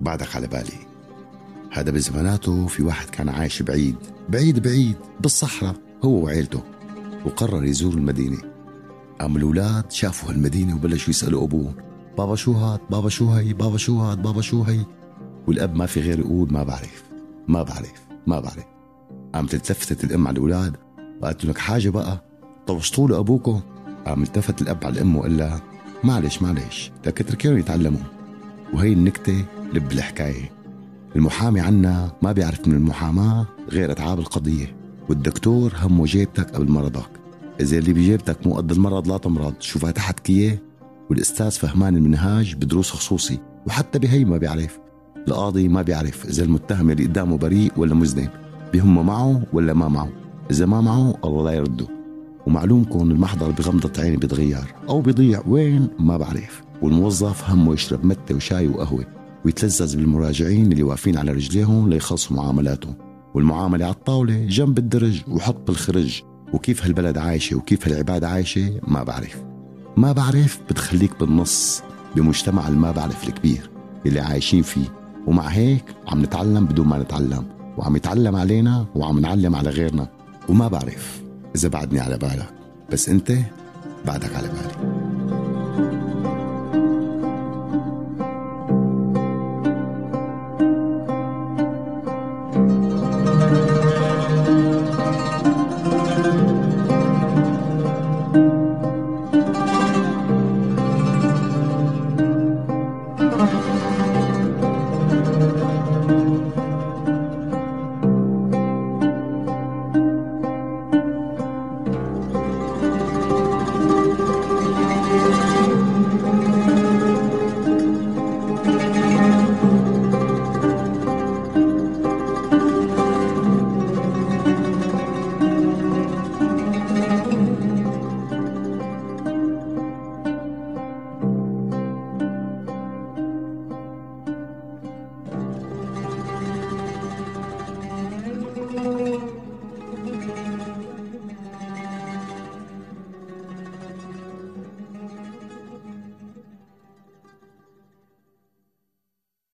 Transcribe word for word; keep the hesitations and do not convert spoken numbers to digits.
بعدك على بالي. هذا بزماناته في واحد كان عايش بعيد بعيد بعيد بالصحراء هو وعيلته، وقرر يزور المدينة. قام الأولاد شافوا هالمدينة وبلشوا يسألوا أبوه: بابا شو هاد؟ بابا شو هي؟ بابا شو هاد؟ بابا شو هي؟ والأب ما في غير يقول: ما بعرف ما بعرف ما بعرف. قام تلتفتت الأم على الأولاد وقالت لك: حاجة بقى طوشتوا له أبوكم؟ قام التفت الأب على الأم وقال لها: معلش معلش لك اتركيهم يتعلموا. وهي النكتة لب الحكاية. المحامي عنا ما بيعرف من المحاماة غير أتعاب القضية، والدكتور همه جيبتك قبل مرضك. إذا اللي بجيبتك مو قد المرض لا تمرض، شو فاتحت كيه. والأستاذ فهمان المنهاج بدروس خصوصي، وحتى بهي ما بيعرف. القاضي ما بيعرف إذا المتهم اللي قدامه بريء ولا مذنب، بهم معه ولا ما معه. إذا ما معه الله لا يرده. ومعلومكم المحضر بغمضة عيني بيتغير أو بيضيع وين ما بعرف. والموظف همه يشرب متة وشاي وقهوة ويتلذذ بالمراجعين اللي واقفين على رجليهم ليخلصوا معاملاتهم. والمعاملة على الطاولة جنب الدرج وحط بالخرج. وكيف هالبلد عايشة وكيف هالعباد عايشة ما بعرف. ما بعرف بتخليك بالنص بمجتمع الما بعرف الكبير اللي عايشين فيه، ومع هيك عم نتعلم بدون ما نتعلم، وعم يتعلم علينا وعم نعلم على غيرنا. وما بعرف إذا بعدني على بالك، بس أنت بعدك على بالي.